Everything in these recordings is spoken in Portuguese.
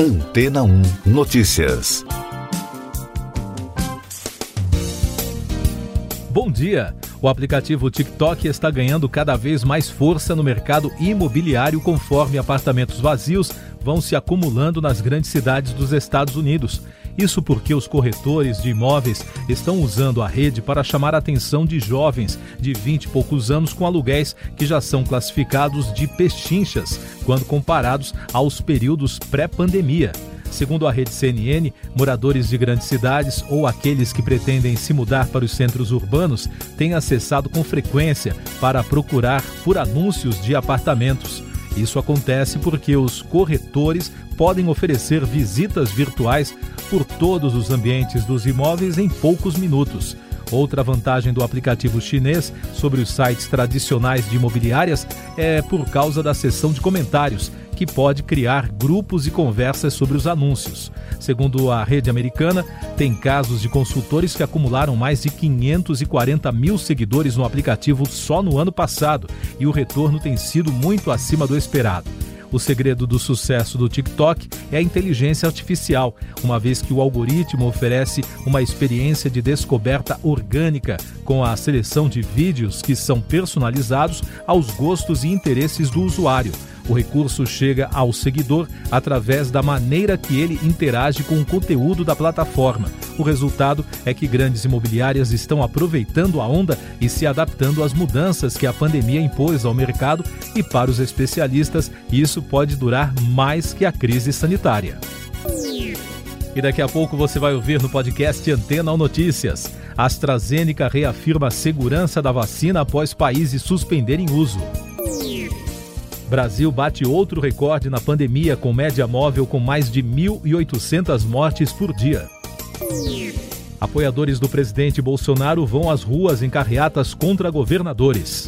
Antena 1 Notícias. Bom dia! O aplicativo TikTok está ganhando cada vez mais força no mercado imobiliário conforme apartamentos vazios vão se acumulando nas grandes cidades dos Estados Unidos. Isso porque os corretores de imóveis estão usando a rede para chamar a atenção de jovens de 20 e poucos anos com aluguéis que já são classificados de pechinchas quando comparados aos períodos pré-pandemia. Segundo a rede CNN, moradores de grandes cidades ou aqueles que pretendem se mudar para os centros urbanos têm acessado com frequência para procurar por anúncios de apartamentos. Isso acontece porque os corretores podem oferecer visitas virtuais por todos os ambientes dos imóveis em poucos minutos. Outra vantagem do aplicativo chinês sobre os sites tradicionais de imobiliárias é por causa da seção de comentários, que pode criar grupos e conversas sobre os anúncios. Segundo a rede americana, tem casos de consultores que acumularam mais de 540 mil seguidores no aplicativo só no ano passado, e o retorno tem sido muito acima do esperado. O segredo do sucesso do TikTok é a inteligência artificial, uma vez que o algoritmo oferece uma experiência de descoberta orgânica, com a seleção de vídeos que são personalizados aos gostos e interesses do usuário. O recurso chega ao seguidor através da maneira que ele interage com o conteúdo da plataforma. O resultado é que grandes imobiliárias estão aproveitando a onda e se adaptando às mudanças que a pandemia impôs ao mercado, e para os especialistas, isso pode durar mais que a crise sanitária. E daqui a pouco você vai ouvir no podcast Antena 1 Notícias. A AstraZeneca reafirma a segurança da vacina após países suspenderem uso. Brasil bate outro recorde na pandemia, com média móvel com mais de 1.800 mortes por dia. Apoiadores do presidente Bolsonaro vão às ruas em carreatas contra governadores.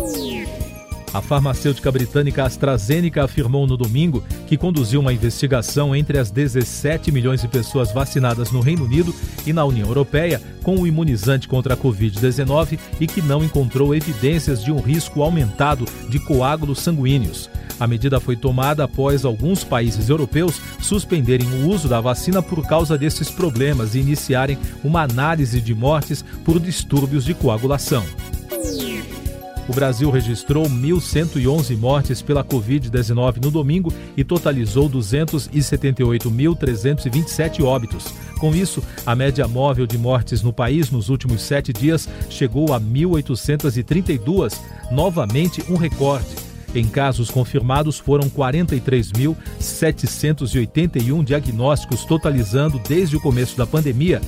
A farmacêutica britânica AstraZeneca afirmou no domingo que conduziu uma investigação entre as 17 milhões de pessoas vacinadas no Reino Unido e na União Europeia com o imunizante contra a Covid-19 e que não encontrou evidências de um risco aumentado de coágulos sanguíneos. A medida foi tomada após alguns países europeus suspenderem o uso da vacina por causa desses problemas e iniciarem uma análise de mortes por distúrbios de coagulação. O Brasil registrou 1.111 mortes pela Covid-19 no domingo e totalizou 278.327 óbitos. Com isso, a média móvel de mortes no país nos últimos 7 dias chegou a 1.832, novamente um recorde. Em casos confirmados, foram 43.781 diagnósticos, totalizando, desde o começo da pandemia,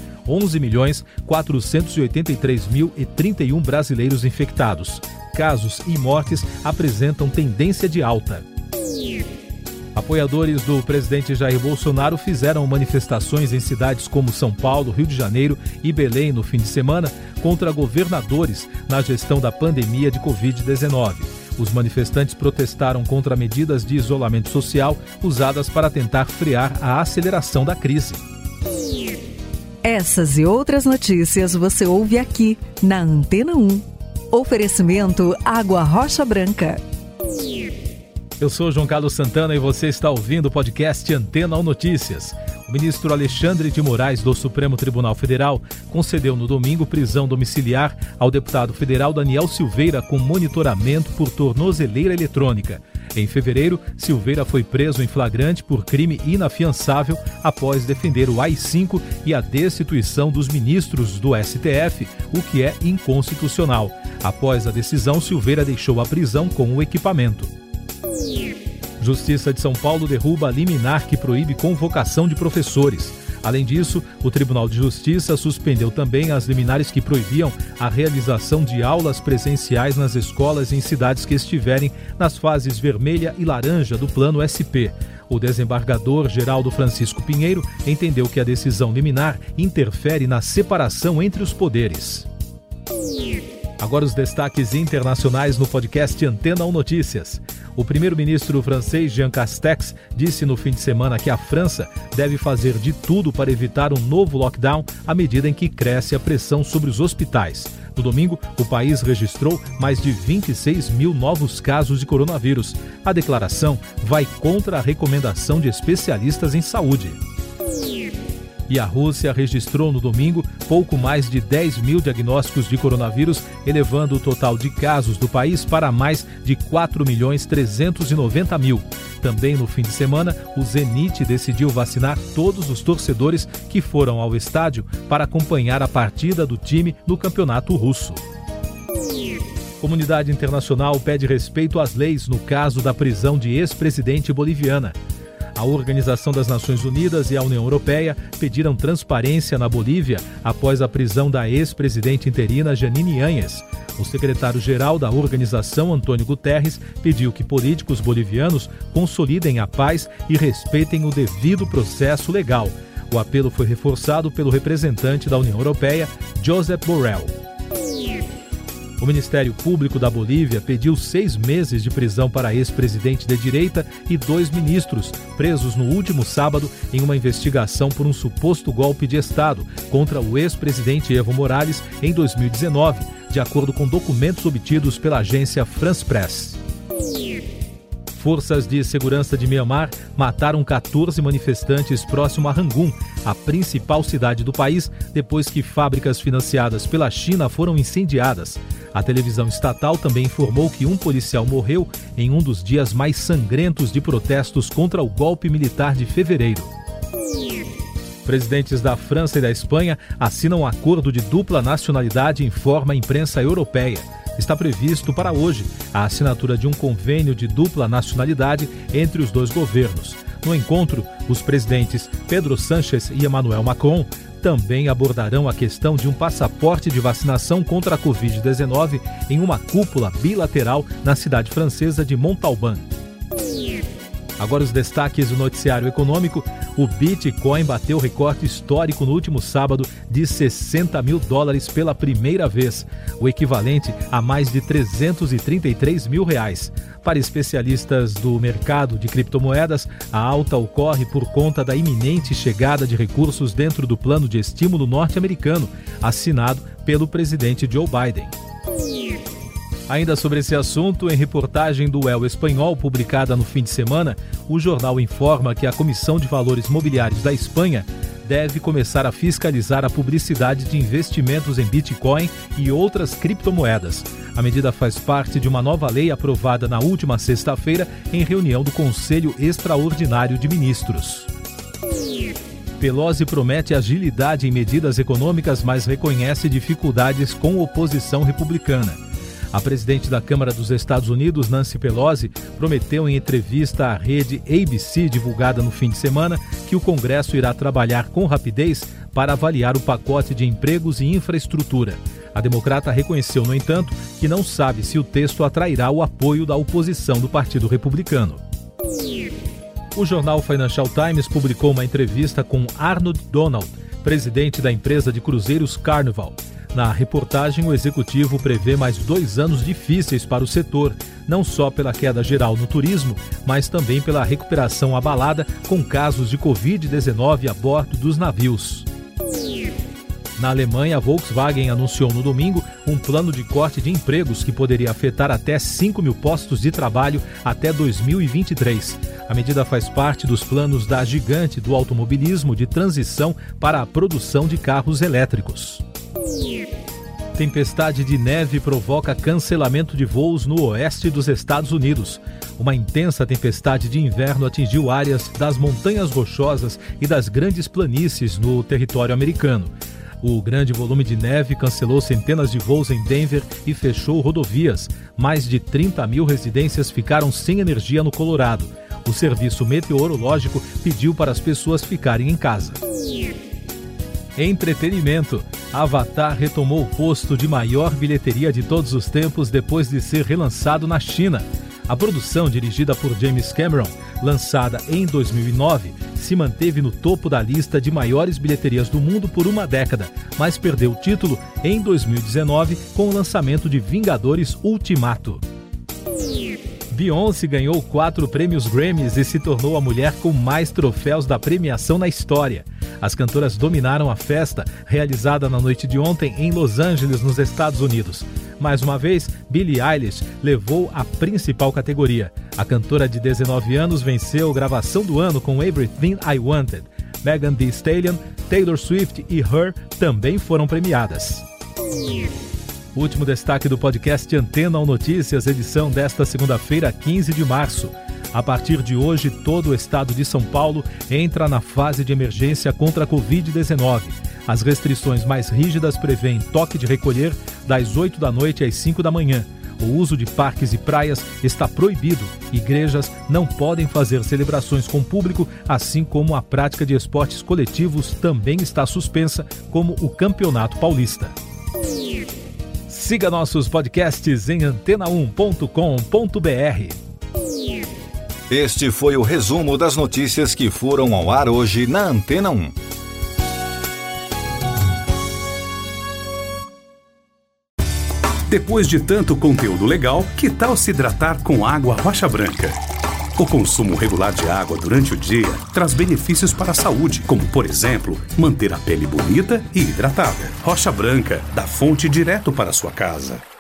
11.483.031 brasileiros infectados. Casos e mortes apresentam tendência de alta. Apoiadores do presidente Jair Bolsonaro fizeram manifestações em cidades como São Paulo, Rio de Janeiro e Belém no fim de semana contra governadores na gestão da pandemia de Covid-19. Os manifestantes protestaram contra medidas de isolamento social usadas para tentar frear a aceleração da crise. Essas e outras notícias você ouve aqui na Antena 1. Oferecimento Água Rocha Branca. Eu sou João Carlos Santana e você está ouvindo o podcast Antena 1 Notícias. O ministro Alexandre de Moraes, do Supremo Tribunal Federal, concedeu no domingo prisão domiciliar ao deputado federal Daniel Silveira com monitoramento por tornozeleira eletrônica. Em fevereiro, Silveira foi preso em flagrante por crime inafiançável após defender o AI-5 e a destituição dos ministros do STF, o que é inconstitucional. Após a decisão, Silveira deixou a prisão com o equipamento. Justiça de São Paulo derruba a liminar que proíbe convocação de professores. Além disso, o Tribunal de Justiça suspendeu também as liminares que proibiam a realização de aulas presenciais nas escolas em cidades que estiverem nas fases vermelha e laranja do Plano SP. O desembargador Geraldo Francisco Pinheiro entendeu que a decisão liminar interfere na separação entre os poderes. Agora os destaques internacionais no podcast Antena 1 Notícias. O primeiro-ministro francês Jean Castex disse no fim de semana que a França deve fazer de tudo para evitar um novo lockdown à medida em que cresce a pressão sobre os hospitais. No domingo, o país registrou mais de 26 mil novos casos de coronavírus. A declaração vai contra a recomendação de especialistas em saúde. E a Rússia registrou no domingo pouco mais de 10 mil diagnósticos de coronavírus, elevando o total de casos do país para mais de 4.390.000. Também no fim de semana, o Zenit decidiu vacinar todos os torcedores que foram ao estádio para acompanhar a partida do time no campeonato russo. A comunidade internacional pede respeito às leis no caso da prisão de ex-presidente boliviana. A Organização das Nações Unidas e a União Europeia pediram transparência na Bolívia após a prisão da ex-presidente interina Janine Áñez. O secretário-geral da organização, Antônio Guterres, pediu que políticos bolivianos consolidem a paz e respeitem o devido processo legal. O apelo foi reforçado pelo representante da União Europeia, Josep Borrell. O Ministério Público da Bolívia pediu 6 meses de prisão para a ex-presidente de direita e 2 ministros, presos no último sábado em uma investigação por um suposto golpe de Estado contra o ex-presidente Evo Morales em 2019, de acordo com documentos obtidos pela agência France Press. Forças de segurança de Mianmar mataram 14 manifestantes próximo a Rangoon, a principal cidade do país, depois que fábricas financiadas pela China foram incendiadas. A televisão estatal também informou que um policial morreu em um dos dias mais sangrentos de protestos contra o golpe militar de fevereiro. Presidentes da França e da Espanha assinam um acordo de dupla nacionalidade, informa a imprensa europeia. Está previsto para hoje a assinatura de um convênio de dupla nacionalidade entre os dois governos. No encontro, os presidentes Pedro Sánchez e Emmanuel Macron também abordarão a questão de um passaporte de vacinação contra a Covid-19 em uma cúpula bilateral na cidade francesa de Montauban. Agora os destaques do noticiário econômico. O Bitcoin bateu recorde histórico no último sábado de $60 mil pela primeira vez, o equivalente a mais de R$333 mil. Para especialistas do mercado de criptomoedas, a alta ocorre por conta da iminente chegada de recursos dentro do plano de estímulo norte-americano, assinado pelo presidente Joe Biden. Ainda sobre esse assunto, em reportagem do El Espanhol, publicada no fim de semana, o jornal informa que a Comissão de Valores Mobiliários da Espanha deve começar a fiscalizar a publicidade de investimentos em Bitcoin e outras criptomoedas. A medida faz parte de uma nova lei aprovada na última sexta-feira em reunião do Conselho Extraordinário de Ministros. Pelosi promete agilidade em medidas econômicas, mas reconhece dificuldades com oposição republicana. A presidente da Câmara dos Estados Unidos, Nancy Pelosi, prometeu em entrevista à rede ABC, divulgada no fim de semana, que o Congresso irá trabalhar com rapidez para avaliar o pacote de empregos e infraestrutura. A democrata reconheceu, no entanto, que não sabe se o texto atrairá o apoio da oposição do Partido Republicano. O jornal Financial Times publicou uma entrevista com Arnold Donald, presidente da empresa de cruzeiros Carnival. Na reportagem, o executivo prevê mais 2 anos difíceis para o setor, não só pela queda geral no turismo, mas também pela recuperação abalada com casos de Covid-19 a bordo dos navios. Na Alemanha, a Volkswagen anunciou no domingo um plano de corte de empregos que poderia afetar até 5 mil postos de trabalho até 2023. A medida faz parte dos planos da gigante do automobilismo de transição para a produção de carros elétricos. Tempestade de neve provoca cancelamento de voos no oeste dos Estados Unidos. Uma intensa tempestade de inverno atingiu áreas das montanhas rochosas e das grandes planícies no território americano. O grande volume de neve cancelou centenas de voos em Denver e fechou rodovias. Mais de 30 mil residências ficaram sem energia no Colorado. O serviço meteorológico pediu para as pessoas ficarem em casa. Entretenimento. Avatar retomou o posto de maior bilheteria de todos os tempos depois de ser relançado na China. A produção, dirigida por James Cameron, lançada em 2009, se manteve no topo da lista de maiores bilheterias do mundo por uma década, mas perdeu o título em 2019 com o lançamento de Vingadores Ultimato. Beyoncé ganhou 4 prêmios Grammys e se tornou a mulher com mais troféus da premiação na história. As cantoras dominaram a festa, realizada na noite de ontem em Los Angeles, nos Estados Unidos. Mais uma vez, Billie Eilish levou a principal categoria. A cantora de 19 anos venceu a gravação do ano com Everything I Wanted. Megan Thee Stallion, Taylor Swift e Her também foram premiadas. Último destaque do podcast Antena 1 Notícias, edição desta segunda-feira, 15 de março. A partir de hoje, todo o estado de São Paulo entra na fase de emergência contra a Covid-19. As restrições mais rígidas prevêem toque de recolher das 8 da noite às 5 da manhã. O uso de parques e praias está proibido. Igrejas não podem fazer celebrações com público, assim como a prática de esportes coletivos também está suspensa, como o Campeonato Paulista. Siga nossos podcasts em antena1.com.br. Este foi o resumo das notícias que foram ao ar hoje na Antena 1. Depois de tanto conteúdo legal, que tal se hidratar com água Rocha Branca? O consumo regular de água durante o dia traz benefícios para a saúde, como, por exemplo, manter a pele bonita e hidratada. Rocha Branca, da fonte direto para a sua casa.